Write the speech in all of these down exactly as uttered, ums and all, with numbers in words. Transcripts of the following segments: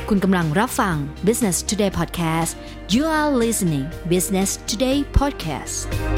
คุณกำลังรับฟัง Business Today Podcast You are listening Business Today Podcast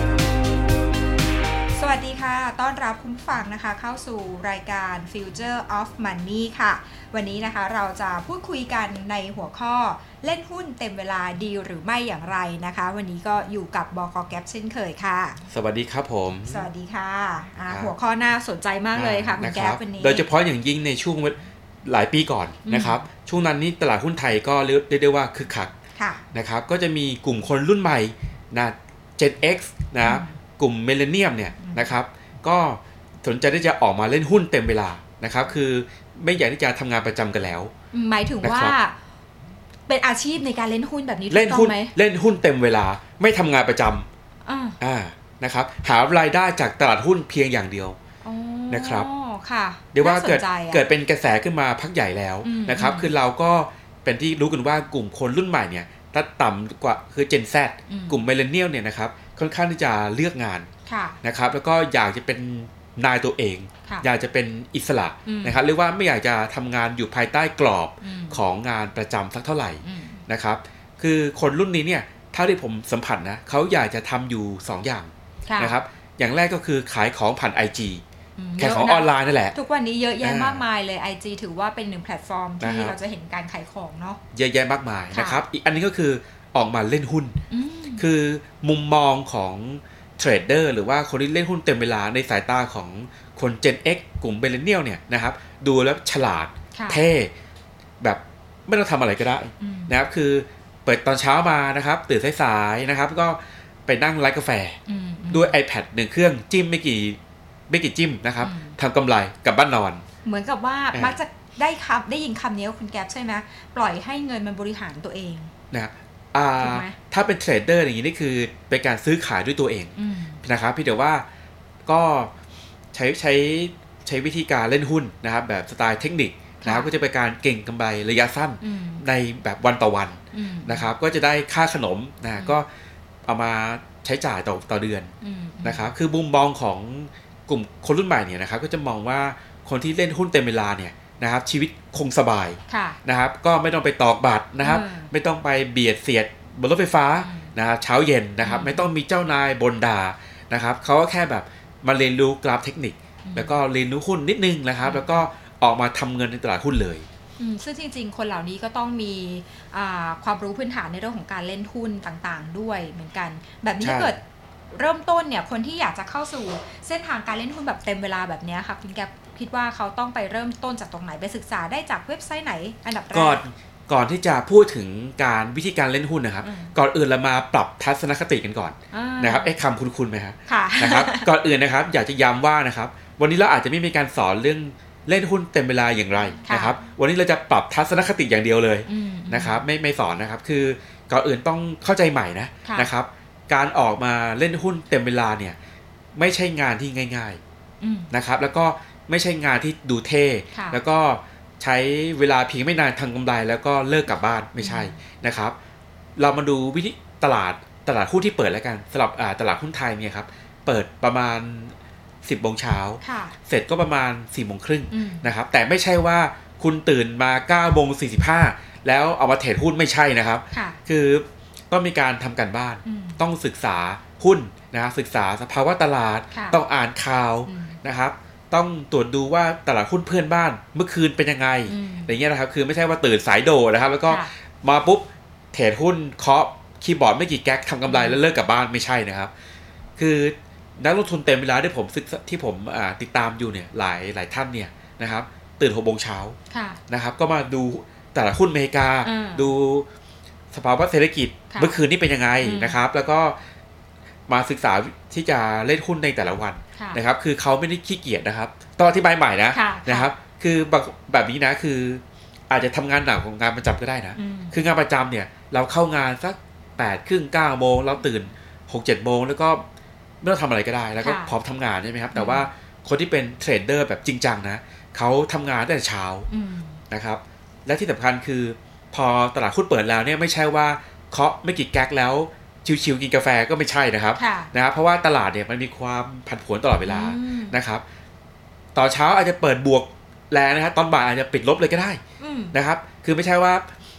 สวัสดีค่ะต้อนรับคุณผู้ฟังนะคะเข้าสู่รายการ Future of Money ค่ะวันนี้นะคะเราจะพูดคุยกันในหัวข้อเล่นหุ้นเต็มเวลาดีหรือไม่อย่างไรนะคะวันนี้ก็อยู่กับบก.แก๊ปเช่นเคยค่ะสวัสดีครับผมสวัสดีค่ะหัวข้อน่าสนใจมากเลยค่ะคุณแก๊ปวันนี้โดยเฉพาะอย่างยิ่งในช่วงหลายปีก่อนนะครับช่วงนั้นนี่ตลาดหุ้นไทยก็เรียกได้ว่าคึกคักนะครับก็จะมีกลุ่มคนรุ่นใหม่นะ Gen X นะกลุ่มมิลเลนเนียมเนี่ยนะครับก็สนใจที่จะออกมาเล่นหุ้นเต็มเวลานะครับคือไม่อยากที่จะทำงานประจำกันแล้วหมายถึงว่าเป็นอาชีพในการเล่นหุ้นแบบนี้ถูกต้องไหมเล่นหุ้นเต็มเวลาไม่ทำงานประจำอ่านะครับหารายได้จากตลาดหุ้นเพียงอย่างเดียวนะครับค่ะเดี๋ยวว่าเกิดเกิดเป็นกระแสขึ้นมาพักใหญ่แล้วนะครับคือเราก็เป็นที่รู้กันว่ากลุ่มคนรุ่นใหม่เนี่ยถ้าต่ำกว่าคือ Gen Z กลุ่ม Millennial เนี่ยนะครับค่อนข้างที่จะเลือกงานนะครับแล้วก็อยากจะเป็นนายตัวเองอยากจะเป็นอิสระนะครับเรียกว่าไม่อยากจะทำงานอยู่ภายใต้กรอบของงานประจำสักเท่าไหร่นะครับคือคนรุ่นนี้เนี่ยเท่าที่ผมสัมผัสนะเขาอยากจะทำอยู่สองอย่างนะครับอย่างแรกก็คือขายของผ่าน ไอ จีขายของออนไลน์นั่นแหละทุกวันนี้เยอะแยะมากมายเลย ไอ จี ถือว่าเป็นหนึ่งแพลตฟอร์มที่เราจะเห็นการขายของเนาะเยอะแยะมากมายนะครับอีกอันนี้ก็คือออกมาเล่นหุ้นคือมุมมองของเทรดเดอร์หรือว่าคนที่เล่นหุ้นเต็มเวลาในสายตาของคน Gen X กลุ่ม Millennial เนี่ยนะครับดูแล้วฉลาดเท่แบบไม่ต้องทำอะไรก็ได้นะครับคือเปิดตอนเช้ามานะครับตื่นสายๆนะครับก็ไปนั่งไลฟ์กาแฟด้วย iPad หนึ่งเครื่องจิ้มไม่กี่ไม่กี่จิ้มนะครับทำกำไรกลับบ้านนอนเหมือนกับว่ามักจะได้คำได้ยินคำนี้คุณแก๊ปใช่ไหมปล่อยให้เงินมันบริหารตัวเองนะครับถ้าเป็นเทรดเดอร์อย่างนี้นี่คือเป็นการซื้อขายด้วยตัวเองนะครับพี่เดี๋ยวว่าก็ใช้ใช้ใช้วิธีการเล่นหุ้นนะครับแบบสไตล์เทคนิคนะครับก็จะเป็นการเก่งกำไรระยะสั้นในแบบวันต่อวันนะครับก็จะได้ค่าขนมนะก็เอามาใช้จ่ายต่อต่อเดือนนะครับคือมุมมองของกลุ่มคนรุ่นใหม่เนี่ยนะครับก็จะมองว่าคนที่เล่นหุ้นเต็มเวลาเนี่ยนะครับชีวิตคงสบายนะครับก็ไม่ต้องไปตอกบัตรนะครับไม่ต้องไปเบียดเสียดบนรถไฟฟ้านะครับเช้าเย็นนะครับไม่ต้องมีเจ้านายบนด่านะครับเขาก็แค่แบบมาเรียนรู้กราฟเทคนิคแล้วก็เรียนรู้หุ้นนิดนึงนะครับแล้วก็ออกมาทำเงินในตลาดหุ้นเลยซึ่งจริงๆคนเหล่านี้ก็ต้องมีความรู้พื้นฐานในเรื่องของการเล่นหุ้นต่างๆด้วยเหมือนกันแบบนี้ถ้าเกิดเริ่มต้นเนี่ยคนที่อยากจะเข้าสู่เส้นทางการเล่นหุ้นแบบเต็มเวลาแบบนี้ค่ะคุณแก๊ปคิดว่าเขาต้องไปเริ่มต้นจากตรงไหนไปศึกษาได้จากเว็บไซต์ไหนอันดับแรกก่อนก่อนที่จะพูดถึงการวิธีการเล่นหุ้นนะครับก่อนอื่นเรามาปรับทัศนคติกันก่อนนะครับไอ้คำคุ้นๆไหมครับนะครับก่อนอื่นนะครับอยากจะย้ำว่านะครับวันนี้เราอาจจะไม่มีการสอนเรื่องเล่นหุ้นเต็มเวลาอย่างไรนะครับวันนี้เราจะปรับทัศนคติอย่างเดียวเลยนะครับไม่ไม่สอนนะครับคือก่อนอื่นต้องเข้าใจใหม่นะนะครับการออกมาเล่นหุ้นเต็มเวลาเนี่ยไม่ใช่งานที่ง่ายๆนะครับแล้วก็ไม่ใช่งานที่ดูเท่แล้วก็ใช้เวลาเพียงไม่นานทำกำไรแล้วก็เลิกกลับบ้านไม่ใช่นะครับเรามาดูวิธีตลาดตลาดหุ้นที่เปิดแล้วกันสำหรับตลาดหุ้นไทยเนี่ยครับเปิดประมาณสิบโมงเช้าเสร็จก็ประมาณสี่โมงครึ่งนะครับแต่ไม่ใช่ว่าคุณตื่นมาเก้าโมงสี่สิบห้าแล้วเอามาเทรดหุ้นไม่ใช่นะครับคือต้องมีการทำการบ้านต้องศึกษาหุ้นนะครับศึกษาสภาวะตลาดต้องอ่านข่าวนะครับต้องตรวจดูว่าตลาดหุ้นเพื่อนบ้านเมื่อคืนเป็นยังไงอะไรเงี้ยนะครับคือไม่ใช่ว่าตื่นสายโดนะครับแล้วก็มาปุ๊บเทรดหุ้นเคาะคีย์บอร์ดไม่กี่แก๊กทำกำไรแล้วเลิกกลับบ้านไม่ใช่นะครับคือนักลงทุนเต็มเวลาที่ผมศึกที่ผมติดตามอยู่เนี่ยหลายหลายท่านเนี่ยนะครับตื่นหกโมงเช้านะครับก็มาดูตลาดหุ้นอเมริกาดูสภาวะเศรษฐกิจเมื่อคืนนี้เป็นยังไงนะครับแล้วก็มาศึกษาที่จะเล่นหุ้นในแต่ละวันนะครับคือเขาไม่ได้ขี้เกียจนะครับต้องอธิบายใหม่นะนะครับคือแบบนี้นะคืออาจจะทำงานหนักของงานประจำก็ได้นะคืองานประจำเนี่ยเราเข้างานสักแปดครึ่งเก้าโมงเราตื่นหกเจ็ดโมงแล้วก็ไม่ต้องทำอะไรก็ได้แล้วก็พร้อมทำงานใช่ไหมครับแต่ว่าคนที่เป็นเทรดเดอร์แบบจริงจังนะเขาทำงานตั้งแต่เช้านะครับและที่สำคัญคือพอตลาดหุ้นเปิดแล้วเนี่ยไม่ใช่ว่าเคาะไม่กี่แก๊กแล้วชิวๆกินกาแฟก็ไม่ใช่นะครับนะครับเพราะว่าตลาดเนี่ยมันมีความผันผวนตลอดเวลานะครับตอนเช้าอาจจะเปิดบวกแรงนะครับตอนบ่ายอาจจะปิดลบเลยก็ได้นะครับคือไม่ใช่ว่า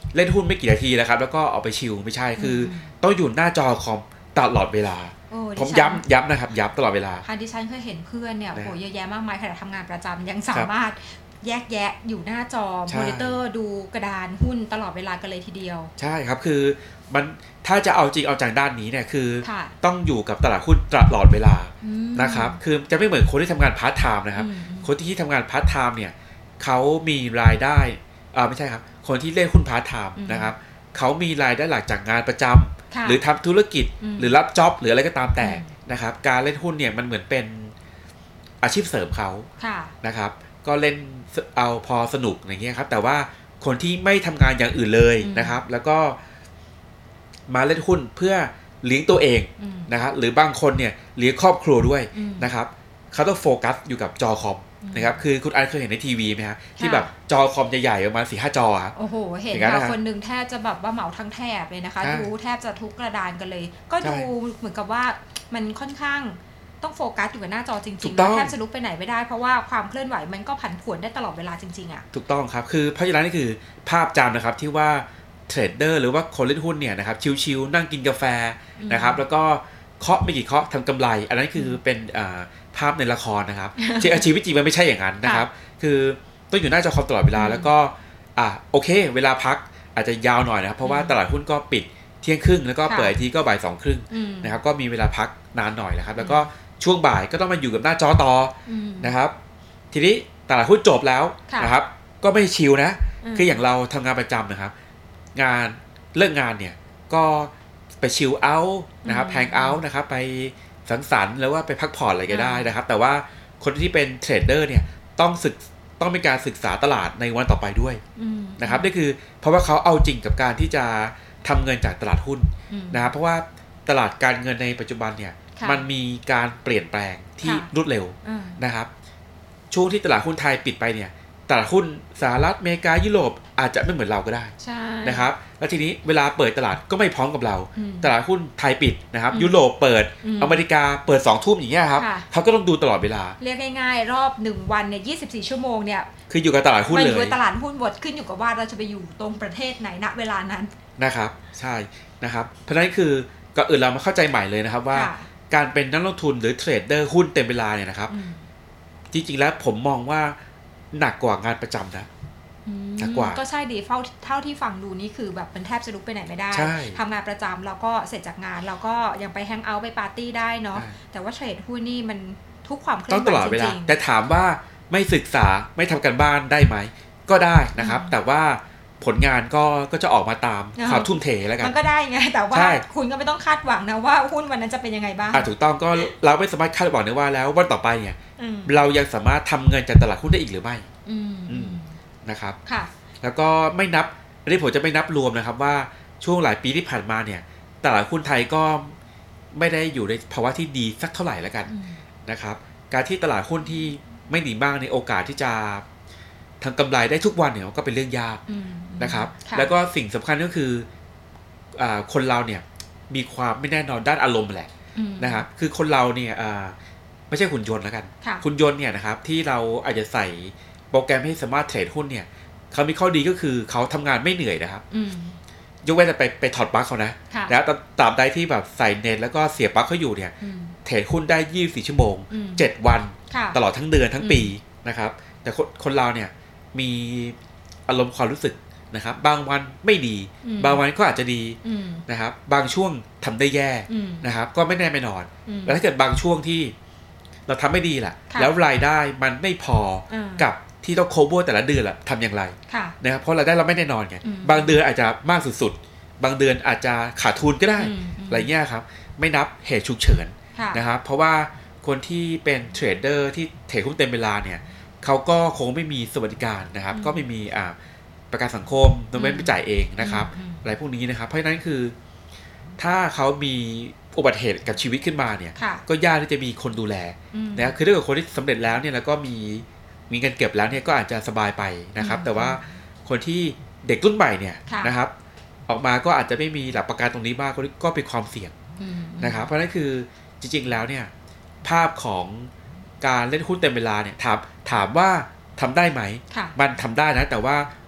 เล่นหุ้นไม่กี่นาทีแล้วครับแล้วก็เอาไปชิลไม่ใช่คือต้องอยู่หน้าจอคอมตลอดเวลาผมย้ำย้ำนะครับย้ำตลอดเวลาค่ะดิฉันเคยเห็นเพื่อนเนี่ยโหเยอะแยะมากมายขณะทำงานประจำยังสามารถแยกแยะอยู่หน้าจอมอนิเตอร์ดูกระดานหุ้นตลอดเวลากันเลยทีเดียวใช่ครับคือมันถ้าจะเอาจริงเอาจังด้านนี้เนี่ยคือต้องอยู่กับตลาดหุ้นตลอดเวลานะครับคือจะไม่เหมือนคนที่ทำงานพาร์ทไทม์นะครับคนที่ทำงานพาร์ทไทม์เนี่ยเขามีรายได้อ่าไม่ใช่ครับคนที่เล่นหุ้นพาร์ทไทม์นะครับเขามีรายได้หลักจากงานประจำหรือทำธุรกิจหรือรับจ็อบหรืออะไรก็ตามแต่นะครับการเล่นหุ้นเนี่ยมันเหมือนเป็นอาชีพเสริมเขานะครับก็เล่นเอาพอสนุกอย่างเงี้ยครับแต่ว่าคนที่ไม่ทำงานอย่างอื่นเลยนะครับแล้วก็มาเล่นหุ้นเพื่อเลี้ยงตัวเองนะครับหรือบางคนเนี่ยเลี้ยงครอบครัวด้วยนะครับเขาต้องโฟกัสอยู่กับจอคอมนะครับคือคุณอันเคยเห็นในทีวีไหมฮะที่แบบจอคอมใหญ่ๆประมาณ สี่ห้า จอครับโอ้โหเห็นค่ะคนนึงแทบจะแบบว่าเหมาทั้งแถบเลยนะคะดูแทบจะทุกกระดานกันเลยก็ดูเหมือนกับว่ามันค่อนข้างต้องโฟกัสอยู่กับหน้าจอจริงๆแทบจะลุกไปไหนไม่ได้เพราะว่าความเคลื่อนไหวมันก็ผันผวนได้ตลอดเวลาจริงๆอ่ะถูกต้องครับคือเพราะฉะนั้นนี่คือภาพจำนะครับที่ว่าเทรดเดอร์หรือว่าคนเล่นหุ้นเนี่ยนะครับชิลๆนั่งกินกาแฟนะครับแล้วก็เคาะไม่กี่เคาะทำกำไรอันนั้นคือเป็นภาพในละครนะครับชีวิตจริงมันไม่ใช่อย่างนั้นนะครับคือต้องอยู่หน้าจอคอมตลอดเวลาแล้วก็อ่ะโอเคเวลาพักอาจจะยาวหน่อยนะครับเพราะว่าตลาดหุ้นก็ปิดเที่ยงครึ่งแล้วก็เปิดทีก็บ่ายสองครึ่งนะครับก็มีเวลาพักนานหน่อยนะครับแล้วก็ช่วงบ่ายก็ต้องมาอยู่กับหน้าจอต่อนะครับทีนี้ตลาดหุ้นจบแล้วนะครับก็ไม่ชิลนะคืออย่างเราทำงานประจำนะครับงานเลิกงานเนี่ยก็ไปชิลเอาท์นะครับแฮงเอาท์นะครับไปสังสรรค์แล้วว่าไปพักผ่อนอะไรก็ได้นะครับแต่ว่าคนที่เป็นเทรดเดอร์เนี่ยต้องศึกต้องมีการศึกษาตลาดในวันต่อไปด้วยนะครับนี่คือเพราะว่าเขาเอาจริงกับการที่จะทำเงินจากตลาดหุ้นนะครับเพราะว่าตลาดการเงินในปัจจุบันเนี่ยมันมีการเปลี่ยนแปลงที่รวดเร็วนะครับช่วงที่ตลาดหุ้นไทยปิดไปเนี่ยตลาดหุ้นสหรัฐอเมริกายุโรปอาจจะไม่เหมือนเราก็ได้นะครับแล้วทีนี้เวลาเปิดตลาดก็ไม่พร้อมกับเราตลาดหุ้นไทยปิดนะครับยุโรปเปิดอเมริกาเปิดสองทุ่มอย่างเงี้ยครับเขาก็ต้องดูตลอดเวลาเรียกง่ายๆรอบหนึ่งวันเนี่ยยี่สิบสี่ชั่วโมงเนี่ยคืออยู่กับตลาดหุ้นเลยอยู่กับตลาดหุ้นหมดขึ้นอยู่กับว่าเราจะไปอยู่ตรงประเทศไหนณเวลานั้นนะครับใช่นะครับเพราะฉะนั้นคือก่อนอื่นเรามาเข้าใจใหม่เลยนะครับว่าการเป็นนักลงทุนหรือเทรดเดอร์หุ้นเต็มเวลาเนี่ยนะครับจริงๆแล้วผมมองว่าหนักกว่างานประจำนะหนักกว่าก็ใช่ดีเท่าเท่าที่ฟังดูนี่คือแบบมันแทบจะลุกไปไหนไม่ได้ทำงานประจำแล้วก็เสร็จจากงานแล้วก็ยังไปแฮงเอาท์ไปปาร์ตี้ได้เนาะแต่ว่าเทรดหุ้นนี่มันทุกความเคลื่อนไหวจริงๆแต่ถามว่าไม่ศึกษาไม่ทำกันบ้านได้ไหมก็ได้นะครับแต่ว่าผลงานก็ก็จะออกมาตามความทุ่มเทแล้วกันมันก็ได้ไงแต่ว่าคุณก็ไม่ต้องคาดหวังนะว่าหุ้นวันนั้นจะเป็นยังไงบ้างอ่ะถูกต้องก็เราไม่สามารถคาดหวังได้ว่าแล้ววันต่อไปเนี่ยเรายังสามารถทำเงินจากตลาดหุ้นได้อีกหรือไม่นะครับแล้วก็ไม่นับอันนี้ผมจะไม่นับรวมนะครับว่าช่วงหลายปีที่ผ่านมาเนี่ยตลาดหุ้นไทยก็ไม่ได้อยู่ในภาวะที่ดีสักเท่าไหร่แล้วกันนะครับการที่ตลาดหุ้นที่ไม่ดีบ้างในโอกาสที่จะทำกำไรได้ทุกวันเนี่ยก็เป็นเรื่องยากนะครับแล้วก็สิ่งสำคัญก็คืออ่าคนเราเนี่ยมีความไม่แน่นอนด้านอารมณ์แหละนะครับคือคนเราเนี่ยอ่าไม่ใช่หุ่นยนต์แล้วกันหุ่นยนต์เนี่ยนะครับที่เราอาจจะใส่โปรแกรมให้สามารถเทรดหุ้นเนี่ยเขามีข้อดีก็คือเขาทำงานไม่เหนื่อยนะครับยกเว้นแต่ไปไปถอดปลั๊กเขานะแล้วตราบใดที่แบบใส่เน็ตแล้วก็เสียบปลั๊กเขาอยู่เนี่ยเทรดหุ้นได้ยี่สิบสี่ชั่วโมงเจ็ดวันตลอดทั้งเดือนทั้งปีนะครับแต่คนคนเราเนี่ยมีอารมณ์ความรู้สึกนะครับบางวันไม่ดีบางวันก็อาจจะดีนะครับบางช่วงทำได้แย่นะครับก็ไม่แน่ไม่นอนแล้วถ้าเกิดบางช่วงที่เราทำไม่ดีล่ะแล้วรายได้มันไม่พอกับที่ต้อง cover แต่ละเดือนล่ะทำอย่างไรนะครับเพราะรายได้เราไม่แน่นอนไงบางเดือนอาจจะมากสุดๆบางเดือนอาจจะขาดทุนก็ได้อะไรเงี้ยครับไม่นับเหตุฉุกเฉินนะครับเพราะว่าคนที่เป็นเทรดเดอร์ที่เทรดหุ้นเต็มเวลาเนี่ยเขาก็คงไม่มีสวัสดิการนะครับก็ไม่มีอ่าประกันสังคมต้องไปจ่ายเองนะครับอะไรพวกนี้นะครับเพราะฉะนั้นคือถ้าเขามีอุบัติเหตุกับชีวิตขึ้นมาเนี่ยก็ยากที่จะมีคนดูแลนะครับคือถ้าเกิดคนที่สำเร็จแล้วเนี่ยแล้วก็มีมีเงินเก็บแล้วเนี่ยก็อาจจะสบายไปนะครับแต่ว่าคนที่เด็กรุ่นใหม่เนี่ยนะครับออกมาก็อาจจะไม่มีหลักประกันตรงนี้บ้างก็เป็นความเสี่ยงนะครับเพราะนั้นคือจริงๆแล้วเนี่ยภาพของการเล่นหุ้นเต็มเวลาเนี่ยถามถามว่าทำได้ไหมมันทำได้นะแต่ว่า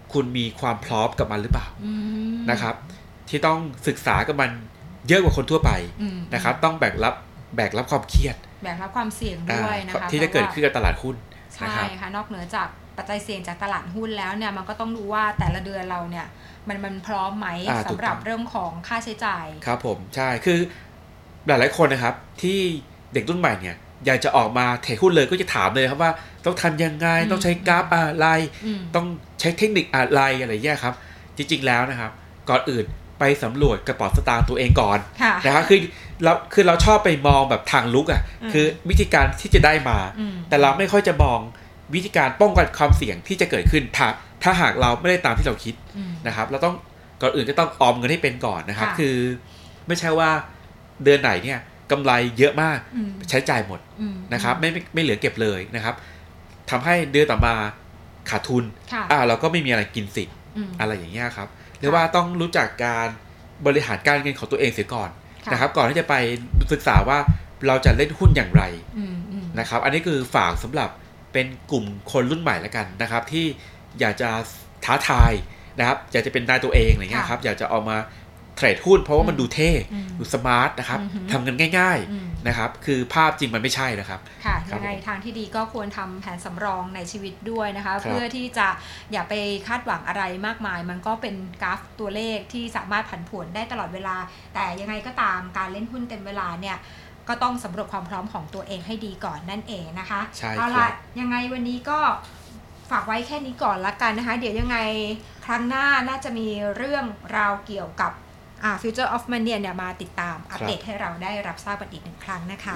คุณมีความพร้อมกับมันหรือเปล่านะครับที่ต้องศึกษากับมันเยอะกว่าคนทั่วไปนะครับต้องแบกรับแบกรับความเครียดแบกรับความเสี่ยงด้วยนะคะที่จะเกิดขึ้นกับตลาดหุ้นใช่ค่ะนอกเหนือจากปัจจัยเสี่ยงจากตลาดหุ้นแล้วเนี่ยมันก็ต้องดูว่าแต่ละเดือนเราเนี่ยมันมันพร้อมไหมสำหรับเรื่องของค่าใช้จ่ายครับผมใช่คือหลายๆคนนะครับที่เด็กรุ่นใหม่เนี่ยอยากจะออกมาเทรดหุ้นเลยก็จะถามเลยครับว่าต้องทำยังไงต้องใช้กราฟอะไรต้องใช้เทคนิคอะไรอะไรอย่างเงี้ยครับจริงๆแล้วนะครับก่อนอื่นไปสำรวจกระเป๋าสตางค์ตัวเองก่อนนะครับคือเราคือเราชอบไปมองแบบทางลุกอ่ะคือวิธีการที่จะได้มาแต่เราไม่ค่อยจะมองวิธีการป้องกันความเสี่ยงที่จะเกิดขึ้นถ้าถ้าหากเราไม่ได้ตามที่เราคิดนะครับเราต้องก่อนอื่นก็ต้องออมเงินให้เป็นก่อนนะครับคือไม่ใช่ว่าเดือนไหนเนี่ยกำไรเยอะมากใช้จ่ายหมดนะครับไม่ไม่เหลือเก็บเลยนะครับทำให้เดือนต่อมาขาดทุนอ่าเราก็ไม่มีอะไรกินสิอะไรอย่างเงี้ยครับเรียกว่าต้องรู้จักการบริหารการเงินของตัวเองเสียก่อนนะครับก่อนที่จะไปศึกษาว่าเราจะเล่นหุ้นอย่างไรนะครับอันนี้คือฝากสำหรับเป็นกลุ่มคนรุ่นใหม่แล้วกันนะครับที่อยากจะท้าทายนะครับอยากจะเป็นนายตัวเองอะไรเงี้ยครับอยากจะเอามาเทรดหุ้นเพราะว่ามันดูเท่ดูสมาร์ทนะครับทำเงินง่ายๆนะครับคือภาพจริงมันไม่ใช่นะครับค่ะยังไงทางที่ดีก็ควรทำแผนสำรองในชีวิตด้วยนะคะเพื่อที่จะอย่าไปคาดหวังอะไรมากมายมันก็เป็นกราฟตัวเลขที่สามารถผันผวนได้ตลอดเวลาแต่ยังไงก็ตามการเล่นหุ้นเต็มเวลาเนี่ยก็ต้องสำรวจความพร้อมของตัวเองให้ดีก่อนนั่นเองนะคะเอาล่ะยังไงวันนี้ก็ฝากไว้แค่นี้ก่อนละกันนะคะเดี๋ยวยังไงครั้งหน้าน่าจะมีเรื่องราวเกี่ยวกับอ่า Future of Money เนี่ยมาติดตามอัปเดตให้เราได้รับทราบกันอีกหนึ่งครั้งนะคะ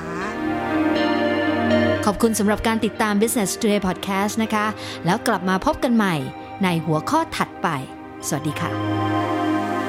ขอบคุณสำหรับการติดตาม Business Today Podcast นะคะแล้วกลับมาพบกันใหม่ในหัวข้อถัดไปสวัสดีค่ะ